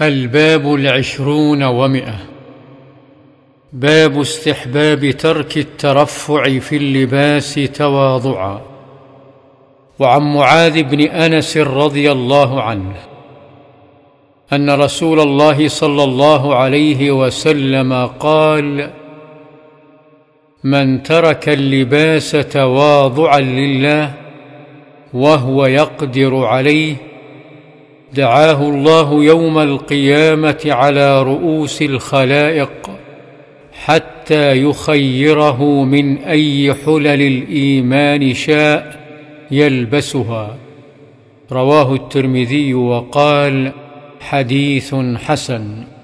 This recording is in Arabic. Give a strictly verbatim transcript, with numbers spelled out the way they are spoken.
الباب العشرون ومئة. باب استحباب ترك الترفع في اللباس تواضعا. وعن معاذ بن أنس رضي الله عنه أن رسول الله صلى الله عليه وسلم قال: من ترك اللباس تواضعا لله وهو يقدر عليه دعاه الله يوم القيامة على رؤوس الخلائق حتى يخيره من أي حلل الإيمان شاء يلبسها. رواه الترمذي وقال: حديث حسن.